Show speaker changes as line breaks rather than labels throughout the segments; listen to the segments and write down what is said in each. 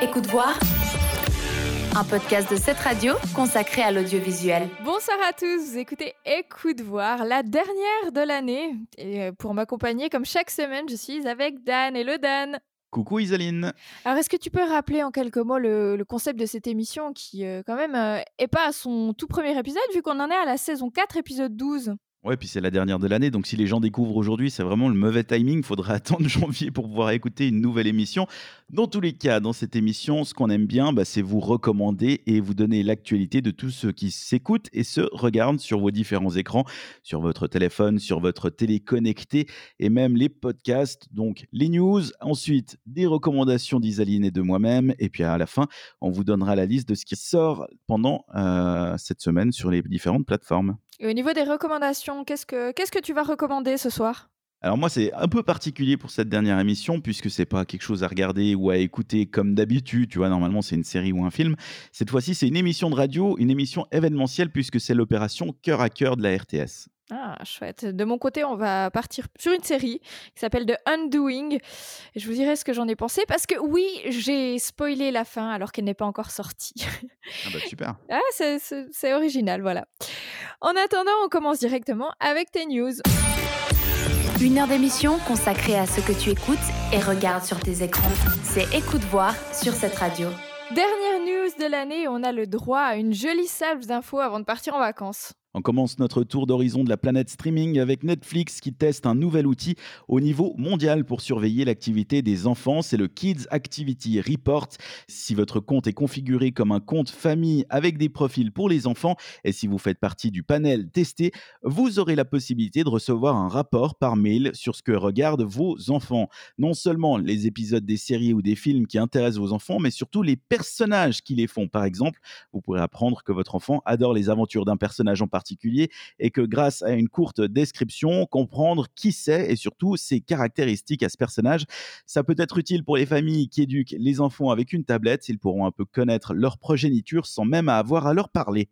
Écoute voir, un podcast de cette radio consacré à l'audiovisuel.
Bonsoir à tous, vous écoutez Écoute voir, la dernière de l'année. Et pour m'accompagner, comme chaque semaine, je suis avec Dan. Hello Dan.
Coucou Isaline.
Alors, est-ce que tu peux rappeler en quelques mots le concept de cette émission qui, quand même, est pas à son tout premier épisode, vu qu'on en est à la saison 4, épisode 12.
Ouais, puis c'est la dernière de l'année, donc si les gens découvrent aujourd'hui, c'est vraiment le mauvais timing. Il faudra attendre janvier pour pouvoir écouter une nouvelle émission. Dans tous les cas, dans cette émission, ce qu'on aime bien, c'est vous recommander et vous donner l'actualité de tous ceux qui s'écoutent et se regardent sur vos différents écrans, sur votre téléphone, sur votre télé connectée et même les podcasts. Donc les news, ensuite des recommandations d'Isaline et de moi-même. Et puis à la fin, on vous donnera la liste de ce qui sort pendant cette semaine sur les différentes plateformes.
Et au niveau des recommandations, qu'est-ce que tu vas recommander ce soir ?
Alors moi, c'est un peu particulier pour cette dernière émission, puisque c'est pas quelque chose à regarder ou à écouter comme d'habitude. Tu vois, normalement, c'est une série ou un film. Cette fois-ci, c'est une émission de radio, une émission événementielle, puisque c'est l'opération Cœur à Cœur de la RTS.
Ah, chouette. De mon côté, on va partir sur une série qui s'appelle The Undoing. Et je vous dirai ce que j'en ai pensé, parce que oui, j'ai spoilé la fin alors qu'elle n'est pas encore sortie.
Ah bah super.
Ah, c'est original, voilà. En attendant, on commence directement avec tes news.
1 heure d'émission consacrée à ce que tu écoutes et regardes sur tes écrans. C'est Écoute voir sur cette radio.
Dernière news de l'année, on a le droit à une jolie salve d'infos avant de partir en vacances.
On commence notre tour d'horizon de la planète streaming avec Netflix qui teste un nouvel outil au niveau mondial pour surveiller l'activité des enfants. C'est le Kids Activity Report. Si votre compte est configuré comme un compte famille avec des profils pour les enfants et si vous faites partie du panel testé, vous aurez la possibilité de recevoir un rapport par mail sur ce que regardent vos enfants. Non seulement les épisodes des séries ou des films qui intéressent vos enfants, mais surtout les personnages qui les font. Par exemple, vous pourrez apprendre que votre enfant adore les aventures d'un personnage en particulier et que grâce à une courte description, comprendre qui c'est et surtout ses caractéristiques à ce personnage. Ça peut être utile pour les familles qui éduquent les enfants avec une tablette. Ils pourront un peu connaître leur progéniture sans même avoir à leur parler.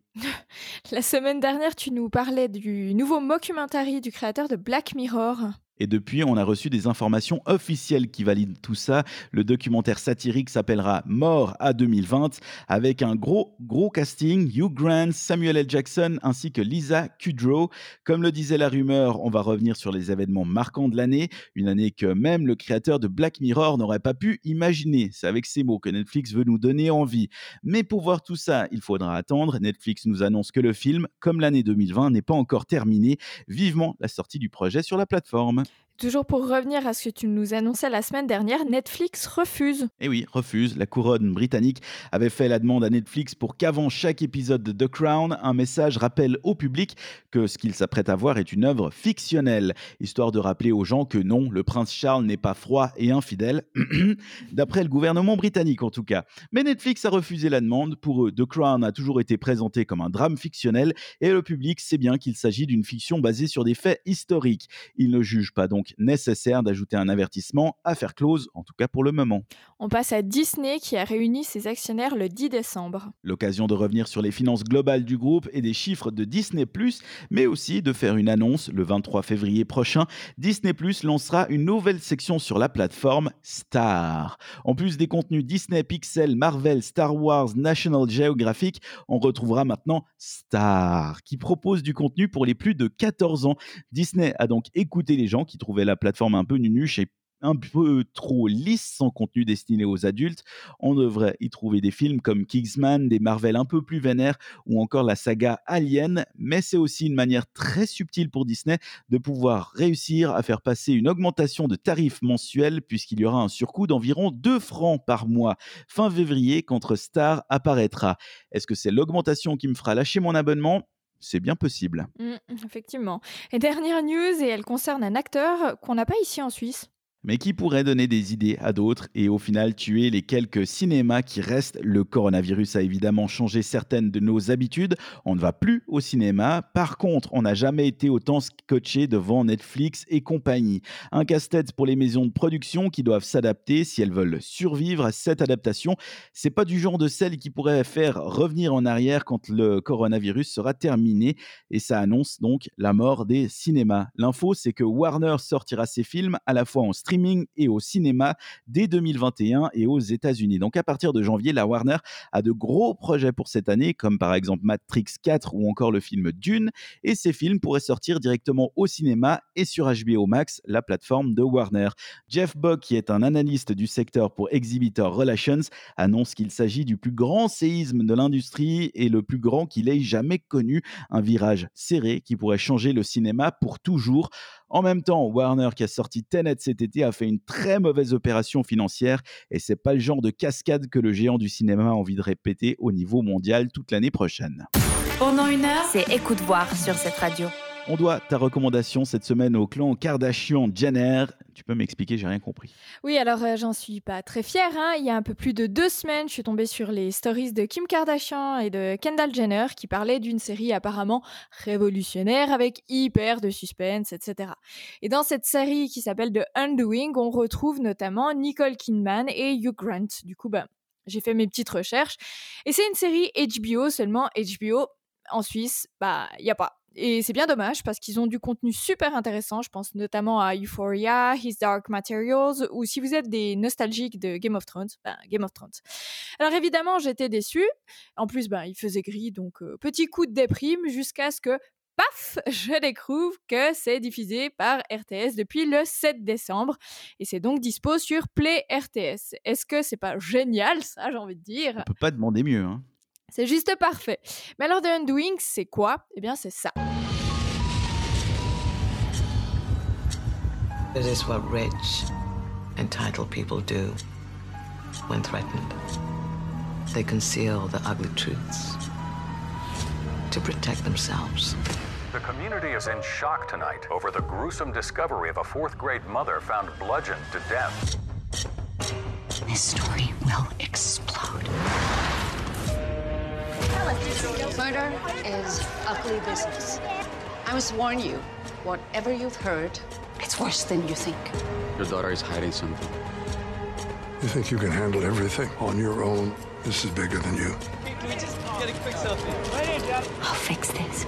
La semaine dernière, tu nous parlais du nouveau mockumentary du créateur de Black Mirror.
Et depuis, on a reçu des informations officielles qui valident tout ça. Le documentaire satirique s'appellera Mort à 2020 avec un gros casting, Hugh Grant, Samuel L. Jackson ainsi que Lisa Kudrow. Comme le disait la rumeur, on va revenir sur les événements marquants de l'année, une année que même le créateur de Black Mirror n'aurait pas pu imaginer. C'est avec ces mots que Netflix veut nous donner envie. Mais pour voir tout ça, il faudra attendre. Netflix nous annonce que le film, comme l'année 2020, n'est pas encore terminé. Vivement la sortie du projet sur la plateforme.
Toujours pour revenir à ce que tu nous annonçais la semaine dernière, Netflix refuse.
Eh oui, refuse. La couronne britannique avait fait la demande à Netflix pour qu'avant chaque épisode de The Crown, un message rappelle au public que ce qu'il s'apprête à voir est une œuvre fictionnelle, histoire de rappeler aux gens que non, le prince Charles n'est pas froid et infidèle, d'après le gouvernement britannique en tout cas. Mais Netflix a refusé la demande. Pour eux, The Crown a toujours été présenté comme un drame fictionnel et le public sait bien qu'il s'agit d'une fiction basée sur des faits historiques. Ils ne jugent pas donc nécessaire d'ajouter un avertissement, affaire close, en tout cas pour le moment.
On passe à Disney qui a réuni ses actionnaires le 10 décembre.
L'occasion de revenir sur les finances globales du groupe et des chiffres de Disney+, mais aussi de faire une annonce. Le 23 février prochain, Disney+ lancera une nouvelle section sur la plateforme Star. En plus des contenus Disney, Pixel, Marvel, Star Wars, National Geographic, on retrouvera maintenant Star, qui propose du contenu pour les plus de 14 ans. Disney a donc écouté les gens qui trouvaient la plateforme un peu nunuche et un peu trop lisse sans contenu destiné aux adultes. On devrait y trouver des films comme Kingsman, des Marvel un peu plus vénères ou encore la saga Alien, mais c'est aussi une manière très subtile pour Disney de pouvoir réussir à faire passer une augmentation de tarifs mensuels puisqu'il y aura un surcoût d'environ 2 francs par mois fin février quand Star apparaîtra. Est-ce que c'est l'augmentation qui me fera lâcher mon abonnement ? C'est bien possible.
Effectivement. Et dernière news, et elle concerne un acteur qu'on n'a pas ici en Suisse.
Mais qui pourrait donner des idées à d'autres et au final tuer les quelques cinémas qui restent. Le coronavirus a évidemment changé certaines de nos habitudes. On ne va plus au cinéma. Par contre, on n'a jamais été autant scotché devant Netflix et compagnie. Un casse-tête pour les maisons de production qui doivent s'adapter si elles veulent survivre à cette adaptation. C'est pas du genre de celle qui pourrait faire revenir en arrière quand le coronavirus sera terminé. Et ça annonce donc la mort des cinémas. L'info, c'est que Warner sortira ses films à la fois en streaming streaming et au cinéma dès 2021 et aux États-Unis. Donc à partir de janvier, la Warner a de gros projets pour cette année, comme par exemple Matrix 4 ou encore le film Dune, et ces films pourraient sortir directement au cinéma et sur HBO Max, la plateforme de Warner. Jeff Bock, qui est un analyste du secteur pour Exhibitor Relations, annonce qu'il s'agit du plus grand séisme de l'industrie et le plus grand qu'il ait jamais connu, un virage serré qui pourrait changer le cinéma pour toujours. En même temps, Warner, qui a sorti Tenet cet été, a fait une très mauvaise opération financière et c'est pas le genre de cascade que le géant du cinéma a envie de répéter au niveau mondial toute l'année prochaine.
Pendant une heure, c'est Écoute voir sur cette radio.
On doit ta recommandation cette semaine au clan Kardashian-Jenner. Tu peux m'expliquer, j'ai rien compris.
Oui, alors j'en suis pas très fière. Il y a un peu plus de 2 semaines, je suis tombée sur les stories de Kim Kardashian et de Kendall Jenner qui parlaient d'une série apparemment révolutionnaire avec hyper de suspense, etc. Et dans cette série qui s'appelle The Undoing, on retrouve notamment Nicole Kidman et Hugh Grant. Du coup, j'ai fait mes petites recherches. Et c'est une série HBO, seulement HBO en Suisse, il n'y a pas. Et c'est bien dommage parce qu'ils ont du contenu super intéressant. Je pense notamment à Euphoria, His Dark Materials, ou si vous êtes des nostalgiques de Game of Thrones, Game of Thrones. Alors évidemment, j'étais déçue. En plus, il faisait gris, donc petit coup de déprime jusqu'à ce que, paf, je découvre que c'est diffusé par RTS depuis le 7 décembre. Et c'est donc dispo sur Play RTS. Est-ce que c'est pas génial, ça, j'ai envie de dire?
On peut pas demander mieux, hein.
C'est juste parfait. Mais alors, The Undoing, c'est quoi? Eh bien, c'est ça.
It is what rich, entitled people do when threatened. They conceal the ugly truths to protect themselves.
The community is in shock tonight over the gruesome discovery of a fourth-grade mother found bludgeoned to death.
This story will explode. Murder is ugly business. I must warn you, whatever you've heard, it's worse than you think.
Your daughter is hiding something.
You think you can handle everything on your own? This is bigger than you.
Can we just get a quick selfie? Right here, Dad. I'll fix this.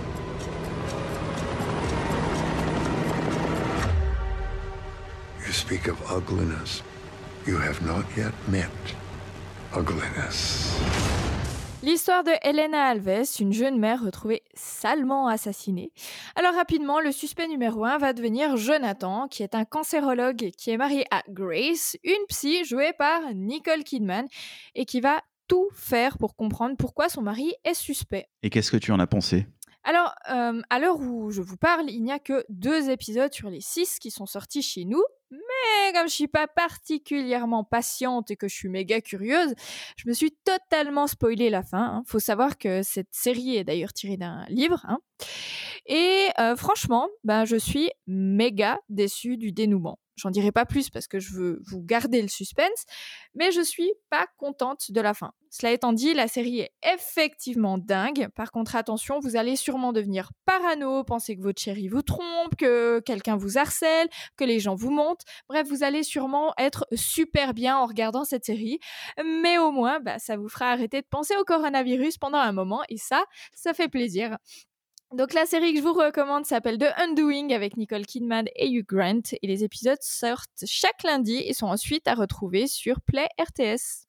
You speak of ugliness. You have not yet met ugliness.
L'histoire de Helena Alves, une jeune mère retrouvée salement assassinée. Alors rapidement, le suspect numéro 1 va devenir Jonathan, qui est un cancérologue qui est marié à Grace, une psy jouée par Nicole Kidman, et qui va tout faire pour comprendre pourquoi son mari est suspect.
Et qu'est-ce que tu en as pensé ?
Alors, à l'heure où je vous parle, il n'y a que 2 épisodes sur les 6 qui sont sortis chez nous. Mais comme je suis pas particulièrement patiente et que je suis méga curieuse, je me suis totalement spoilé la fin. Faut savoir que cette série est d'ailleurs tirée d'un livre. Et franchement, je suis méga déçue du dénouement. J'en dirai pas plus parce que je veux vous garder le suspense, mais je suis pas contente de la fin. Cela étant dit, la série est effectivement dingue. Par contre, attention, vous allez sûrement devenir parano, penser que votre chéri vous trompe, que quelqu'un vous harcèle, que les gens vous mentent. Bref, vous allez sûrement être super bien en regardant cette série, mais au moins, ça vous fera arrêter de penser au coronavirus pendant un moment, et ça fait plaisir. Donc la série que je vous recommande s'appelle The Undoing avec Nicole Kidman et Hugh Grant, et les épisodes sortent chaque lundi et sont ensuite à retrouver sur Play RTS.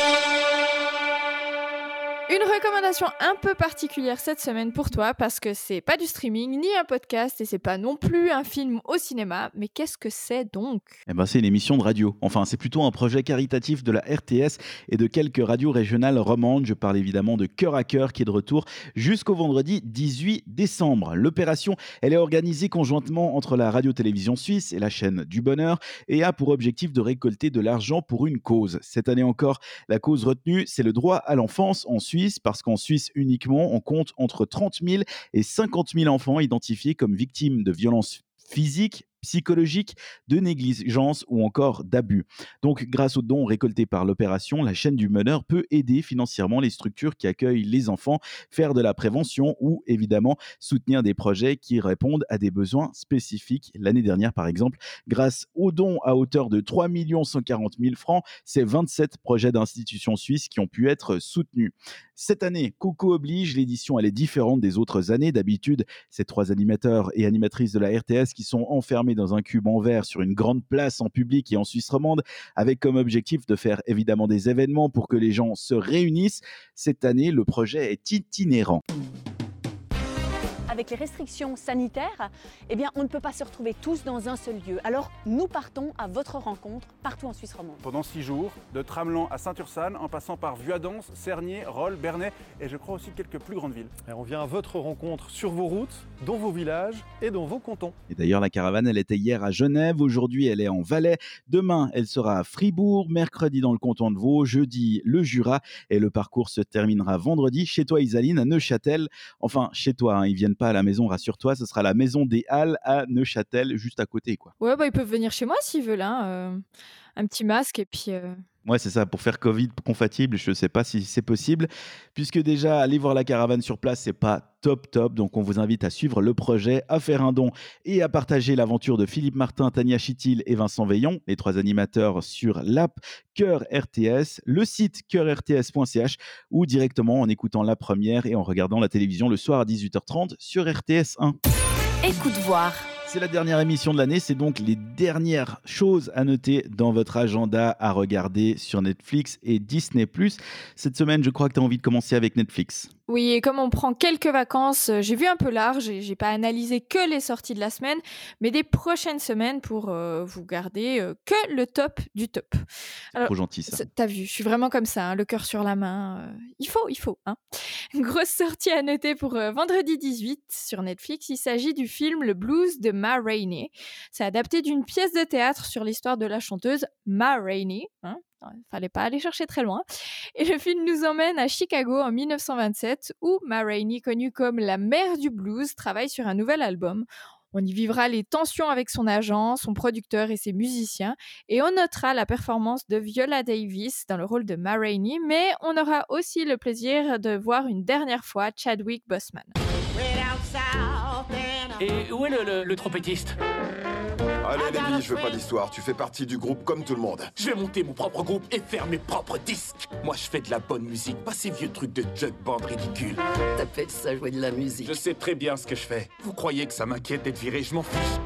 Une recommandation un peu particulière cette semaine pour toi parce que c'est pas du streaming ni un podcast et c'est pas non plus un film au cinéma, mais qu'est-ce que c'est donc ?
C'est une émission de radio. Enfin, c'est plutôt un projet caritatif de la RTS et de quelques radios régionales romandes. Je parle évidemment de Cœur à Cœur qui est de retour jusqu'au vendredi 18 décembre. L'opération, elle est organisée conjointement entre la radio-télévision suisse et la chaîne du Bonheur et a pour objectif de récolter de l'argent pour une cause. Cette année encore, la cause retenue, c'est le droit à l'enfance en Suisse, parce qu'en Suisse uniquement, on compte entre 30 000 et 50 000 enfants identifiés comme victimes de violences physiques, psychologiques, de négligence ou encore d'abus. Donc, grâce aux dons récoltés par l'opération, la chaîne du Bonheur peut aider financièrement les structures qui accueillent les enfants, faire de la prévention ou évidemment soutenir des projets qui répondent à des besoins spécifiques. L'année dernière, par exemple, grâce aux dons à hauteur de 3 140 000 francs, c'est 27 projets d'institutions suisses qui ont pu être soutenus. Cette année, Coco oblige, l'édition elle est différente des autres années. D'habitude, ces 3 animateurs et animatrices de la RTS qui sont enfermés dans un cube en verre sur une grande place en public et en Suisse romande, avec comme objectif de faire évidemment des événements pour que les gens se réunissent. Cette année, le projet est itinérant.
Avec les restrictions sanitaires, eh bien, on ne peut pas se retrouver tous dans un seul lieu. Alors, nous partons à votre rencontre partout en Suisse romande.
Pendant 6 jours, de Tramelan à Saint-Ursanne, en passant par Vuadens, Cernay, Rolle, Bernay et je crois aussi quelques plus grandes villes.
Et on vient à votre rencontre sur vos routes, dans vos villages et dans vos cantons.
Et d'ailleurs, la caravane, elle était hier à Genève, aujourd'hui elle est en Valais, demain elle sera à Fribourg, mercredi dans le canton de Vaud, jeudi le Jura et le parcours se terminera vendredi chez toi Isaline à Neuchâtel. Enfin, chez toi, ils viennent pas à la maison, rassure-toi, ce sera la maison des Halles à Neuchâtel, juste à côté, quoi.
Ouais, ils peuvent venir chez moi s'ils veulent, hein. Un petit masque et puis...
Ouais, c'est ça, pour faire Covid compatible, je ne sais pas si c'est possible, puisque déjà, aller voir la caravane sur place, c'est pas top, donc on vous invite à suivre le projet, à faire un don et à partager l'aventure de Philippe Martin, Tania Chitil et Vincent Veillon, les 3 animateurs sur l'app Cœur RTS, le site cœurrts.ch ou directement en écoutant la première et en regardant la télévision le soir à 18h30 sur RTS 1.
Écoute voir.
C'est la dernière émission de l'année, c'est donc les dernières choses à noter dans votre agenda à regarder sur Netflix et Disney+. Cette semaine, je crois que tu as envie de commencer avec Netflix.
Oui, et comme on prend quelques vacances, j'ai vu un peu large et j'ai pas analysé que les sorties de la semaine, mais des prochaines semaines pour vous garder que le top du top.
Alors, trop gentil ça.
T'as vu, je suis vraiment comme ça, hein, le cœur sur la main. Il faut. Hein. Une grosse sortie à noter pour vendredi 18 sur Netflix. Il s'agit du film Le Blues de Ma Rainey. C'est adapté d'une pièce de théâtre sur l'histoire de la chanteuse Ma Rainey. Hein. Fallait pas aller chercher très loin. Et le film nous emmène à Chicago en 1927 où Ma Rainey, connue comme la mère du blues, travaille sur un nouvel album. On y vivra les tensions avec son agent, son producteur et ses musiciens. Et on notera la performance de Viola Davis dans le rôle de Ma Rainey, mais on aura aussi le plaisir de voir une dernière fois Chadwick Boseman.
Et où est le trompettiste ?
Allez Lévi, je veux pas d'histoire, tu fais partie du groupe comme tout le monde.
Je vais monter mon propre groupe et faire mes propres disques. Moi je fais de la bonne musique, pas ces vieux trucs de jug band ridicules.
T'appelles ça jouer de la musique?
Je sais très bien ce que je fais. Vous croyez que ça m'inquiète d'être viré? Je m'en fiche.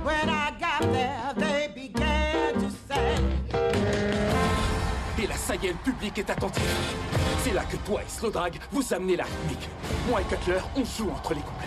Et là ça y est, le public est attentif. C'est là que toi et Slow Drag vous amenez la rythmique. Moi et Cutler, on joue entre les couplets.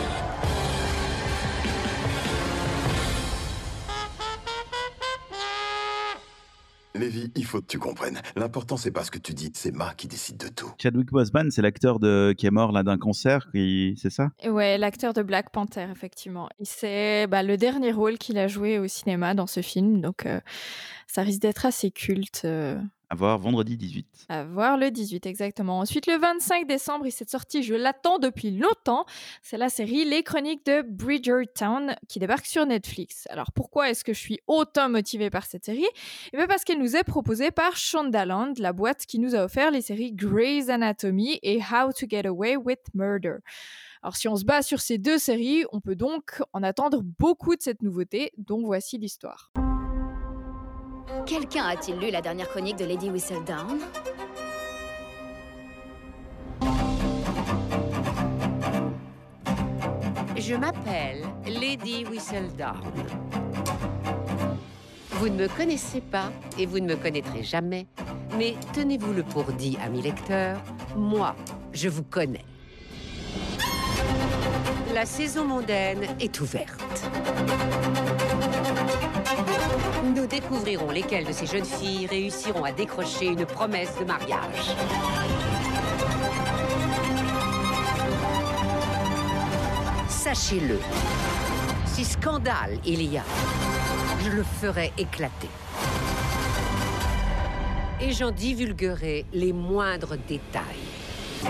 Lévi, il faut que tu comprennes. L'important, c'est pas ce que tu dis, c'est Ma qui décide de tout.
Chadwick Boseman, c'est l'acteur qui est mort là d'un cancer, c'est ça ?
Ouais, l'acteur de Black Panther, effectivement. Et c'est le dernier rôle qu'il a joué au cinéma dans ce film, donc ça risque d'être assez culte.
À voir vendredi 18.
À voir le 18, exactement. Ensuite, le 25 décembre, et cette sortie, je l'attends depuis longtemps, c'est la série Les Chroniques de Bridgerton qui débarque sur Netflix. Alors, pourquoi est-ce que je suis autant motivée par cette série ? Eh bien, parce qu'elle nous est proposée par Shondaland, la boîte qui nous a offert les séries Grey's Anatomy et How to Get Away with Murder. Alors, si on se base sur ces 2 séries, on peut donc en attendre beaucoup de cette nouveauté, dont voici l'histoire.
Quelqu'un a-t-il lu la dernière chronique de Lady Whistledown ?
Je m'appelle Lady Whistledown. Vous ne me connaissez pas et vous ne me connaîtrez jamais, mais tenez-vous-le pour dit, amis lecteurs, moi, je vous connais. La saison mondaine est ouverte. Nous découvrirons lesquelles de ces jeunes filles réussiront à décrocher une promesse de mariage. Sachez-le, si scandale il y a, je le ferai éclater. Et j'en divulguerai les moindres détails.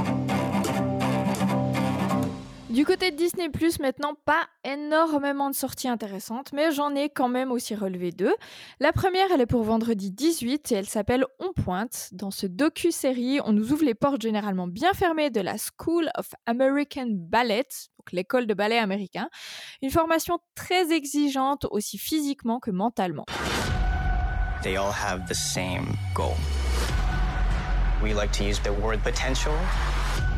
Du côté de Disney+, maintenant, pas énormément de sorties intéressantes, mais j'en ai quand même aussi relevé 2. La première, elle est pour vendredi 18 et elle s'appelle On Pointe. Dans ce docu-série, on nous ouvre les portes généralement bien fermées de la School of American Ballet, donc l'école de ballet américain. Une formation très exigeante, aussi physiquement que mentalement.
They all have the same goal. We like to use the word potential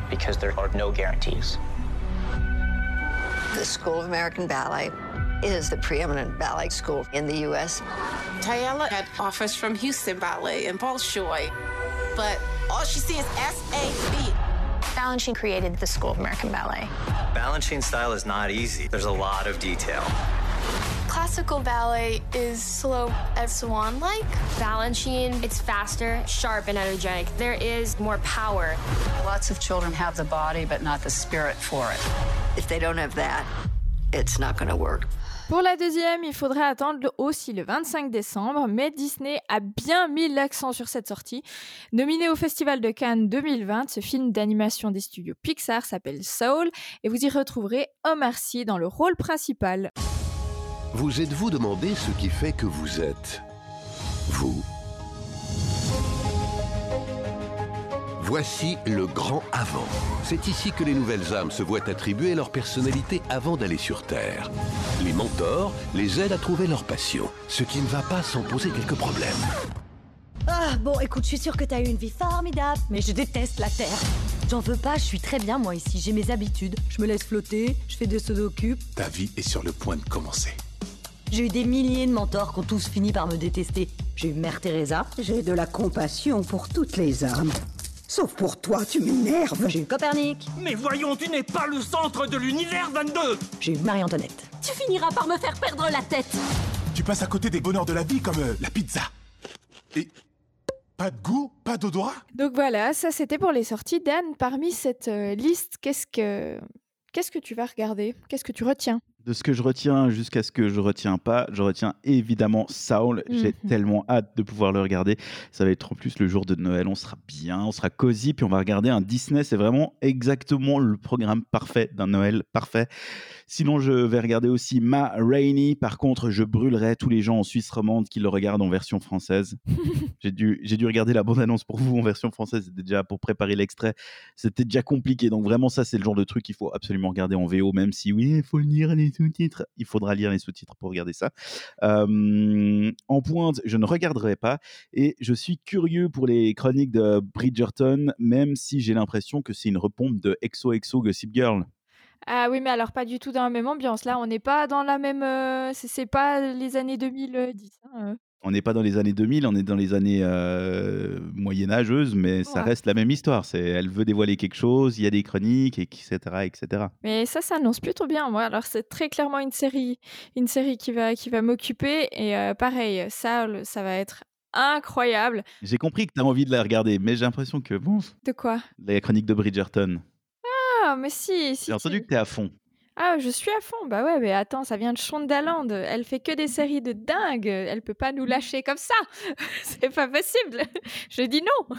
because there are no guarantees.
The School of American Ballet is the preeminent ballet school in the U.S.
Tayala had offers from Houston Ballet and Bolshoi, but all she sees is S-A-B.
Balanchine created the School of American Ballet.
Balanchine style is not easy. There's a lot of detail.
Classical ballet is slow and swan-like. Balanchine, it's faster, sharp, and energetic. There is more power.
Lots of children have the body, but not the spirit for it. If they don't have that, it's not going to work.
Pour la deuxième, il faudra attendre aussi le 25 décembre, mais Disney a bien mis l'accent sur cette sortie. Nominé au Festival de Cannes 2020, ce film d'animation des studios Pixar s'appelle Soul, et vous y retrouverez Omar Sy dans le rôle principal.
Vous êtes-vous demandé ce qui fait que vous êtes vous? Voici le grand avant. C'est ici que les nouvelles âmes se voient attribuer leur personnalité avant d'aller sur Terre. Les mentors les aident à trouver leur passion, ce qui ne va pas sans poser quelques problèmes.
Ah, bon, écoute, je suis sûre que t'as eu une vie formidable, mais je déteste la Terre. J'en veux pas, je suis très bien, moi, ici. J'ai mes habitudes. Je me laisse flotter, je fais des sudoku.
Ta vie est sur le point de commencer.
J'ai eu des milliers de mentors qui ont tous fini par me détester. J'ai eu Mère Teresa.
J'ai de la compassion pour toutes les âmes. Sauf pour toi, tu m'énerves.
J'ai eu Copernic.
Mais voyons, tu n'es pas le centre de l'univers 22.
J'ai eu Marie-Antoinette.
Tu finiras par me faire perdre la tête.
Tu passes à côté des bonheurs de la vie comme la pizza. Et pas de goût, pas d'odorat.
Donc voilà, ça c'était pour les sorties. Dan, parmi cette liste, qu'est-ce que tu vas regarder? Qu'est-ce que tu retiens?
De ce que je retiens jusqu'à ce que je retiens pas, je retiens évidemment Saul. J'ai tellement hâte de pouvoir le regarder. Ça va être en plus le jour de Noël. On sera bien, on sera cosy, puis on va regarder un Disney. C'est vraiment exactement le programme parfait d'un Noël parfait. Sinon, je vais regarder aussi Ma Rainey. Par contre, je brûlerai tous les gens en Suisse romande qui le regardent en version française. J'ai dû regarder la bande-annonce pour vous en version française. C'était déjà pour préparer l'extrait. C'était déjà compliqué. Donc vraiment, ça, c'est le genre de truc qu'il faut absolument regarder en VO, même si oui, il faut lire les sous-titres. Il faudra lire les sous-titres pour regarder ça. En pointe, je ne regarderai pas. Et je suis curieux pour les chroniques de Bridgerton, même si j'ai l'impression que c'est une repompe de XOXO Gossip Girl.
Ah oui, mais alors pas du tout dans la même ambiance. Là, on n'est pas dans la même... c'est pas les années 2010.
On n'est pas dans les années 2000, on est dans les années moyenâgeuses, mais ça reste la même histoire. Elle veut dévoiler quelque chose, il y a des chroniques, etc., etc.
Mais ça s'annonce plutôt bien, moi. Alors, c'est très clairement une série qui va m'occuper. Et pareil, ça va être incroyable.
J'ai compris que tu as envie de la regarder, mais j'ai l'impression que, bon...
De quoi?
La chronique de Bridgerton.
Ah, mais si.
J'ai entendu que tu es à fond.
Ah, je suis à fond. Bah ouais, mais attends, ça vient de Shondaland. Elle fait que des séries de dingue. Elle peut pas nous lâcher comme ça. C'est pas possible. Je dis non.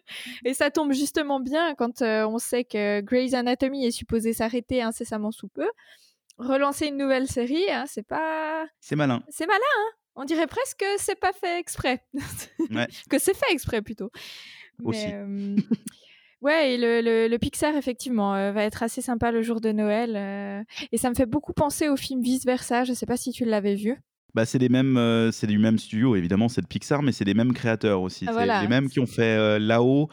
Et ça tombe justement bien quand on sait que Grey's Anatomy est supposé s'arrêter incessamment sous peu. Relancer une nouvelle série, hein, c'est pas...
C'est malin.
C'est malin, hein. On dirait presque que c'est pas fait exprès.
Ouais.
Que c'est fait exprès, plutôt.
Aussi.
Mais, ouais, et le Pixar, effectivement, va être assez sympa le jour de Noël. Et ça me fait beaucoup penser au film Vice Versa. Je sais pas si tu l'avais vu.
Bah, c'est du même studio, évidemment, c'est de Pixar, mais c'est les mêmes créateurs aussi.
Ah,
C'est
voilà.
les mêmes qui ont fait Là-haut,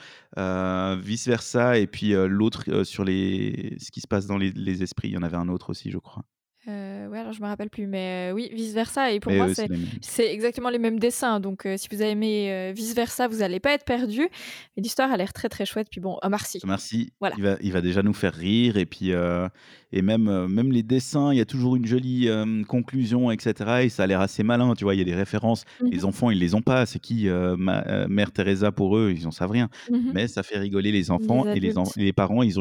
Vice Versa, et puis l'autre sur ce qui se passe dans les esprits. Il y en avait un autre aussi, je crois.
Ouais, alors je me rappelle plus, mais oui, Vice Versa. Et pour
Mais
moi,
c'est les mêmes.
c'est exactement les mêmes dessins. Donc, si vous avez aimé Vice Versa, vous n'allez pas être perdu. Et l'histoire a l'air très très chouette. Puis bon, Omar Sy.
Merci.
Voilà.
Il va déjà nous faire rire, et puis et même les dessins, il y a toujours une jolie conclusion, etc. Et ça a l'air assez malin, tu vois. Il y a des références. Les enfants, ils les ont pas. C'est qui Mère Teresa pour eux, ils en savent rien. Mais ça fait rigoler les enfants, et les parents, ils ont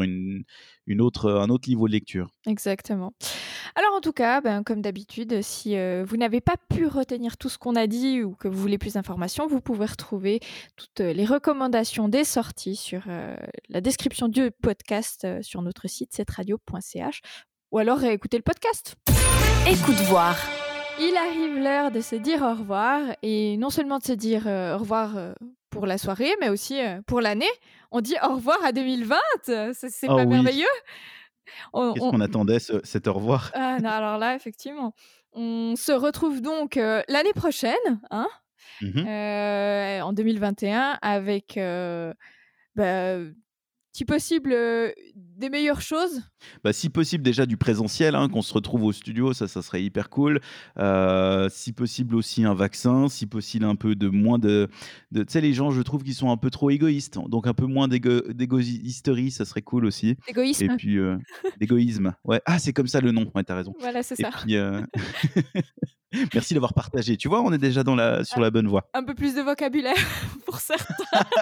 un autre niveau de lecture.
Exactement. Alors en tout cas, comme d'habitude, si vous n'avez pas pu retenir tout ce qu'on a dit ou que vous voulez plus d'informations, vous pouvez retrouver toutes les recommandations des sorties sur la description du podcast sur notre site cetteradio.ch ou alors réécouter le podcast.
Écoute voir.
Il arrive l'heure de se dire au revoir et non seulement de se dire au revoir pour la soirée, mais aussi pour l'année. On dit au revoir à 2020, c'est
Oh
pas
oui.
merveilleux?
Qu'est-ce qu'on attendait, cet au revoir?
Ah non, alors là, effectivement, on se retrouve donc l'année prochaine, hein,
Mhm.
en 2021, avec si possible, des meilleures choses.
Si possible, déjà du présentiel, qu'on se retrouve au studio, ça serait hyper cool. Si possible aussi un vaccin, si possible un peu de moins de tu sais, les gens, je trouve qu'ils sont un peu trop égoïstes, donc un peu moins d'égoïsterie, ça serait cool aussi.
Égoïsme.
Et puis, d'égoïsme, ouais. Ah, c'est comme ça le nom, ouais, t'as raison.
Voilà, c'est ça.
Et puis, merci d'avoir partagé. Tu vois, on est déjà sur la bonne voie.
Un peu plus de vocabulaire pour certains.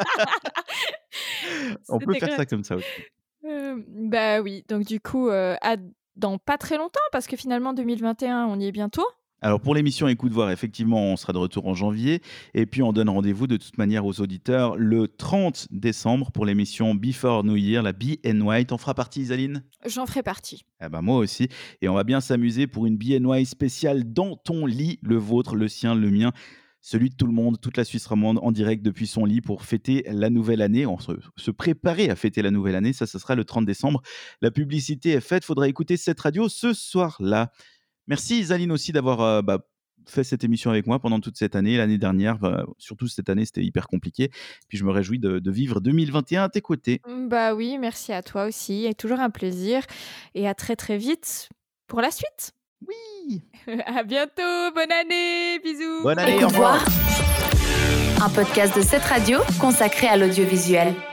On peut faire ça comme ça aussi.
Oui, donc du coup, dans pas très longtemps, parce que finalement 2021, on y est bientôt.
Alors pour l'émission Écoute Voir, effectivement, on sera de retour en janvier. Et puis on donne rendez-vous de toute manière aux auditeurs le 30 décembre pour l'émission Before New Year, la Be and White. En fera partie, Isaline ?
J'en ferai partie.
Moi aussi. Et on va bien s'amuser pour une Be and White spéciale dans ton lit, le vôtre, le sien, le mien. Celui de tout le monde, toute la Suisse romande en direct depuis son lit pour fêter la nouvelle année, se préparer à fêter la nouvelle année. Ça sera le 30 décembre. La publicité est faite, faudra écouter cette radio ce soir-là. Merci Isaline aussi d'avoir fait cette émission avec moi pendant toute cette année, l'année dernière. Surtout cette année, c'était hyper compliqué. Puis je me réjouis de vivre 2021 à tes côtés.
Oui, merci à toi aussi. C'est toujours un plaisir. Et à très très vite pour la suite.
Oui.
À bientôt, bonne année, bisous.
Bonne année, au revoir.
Un podcast de cette radio consacré à l'audiovisuel.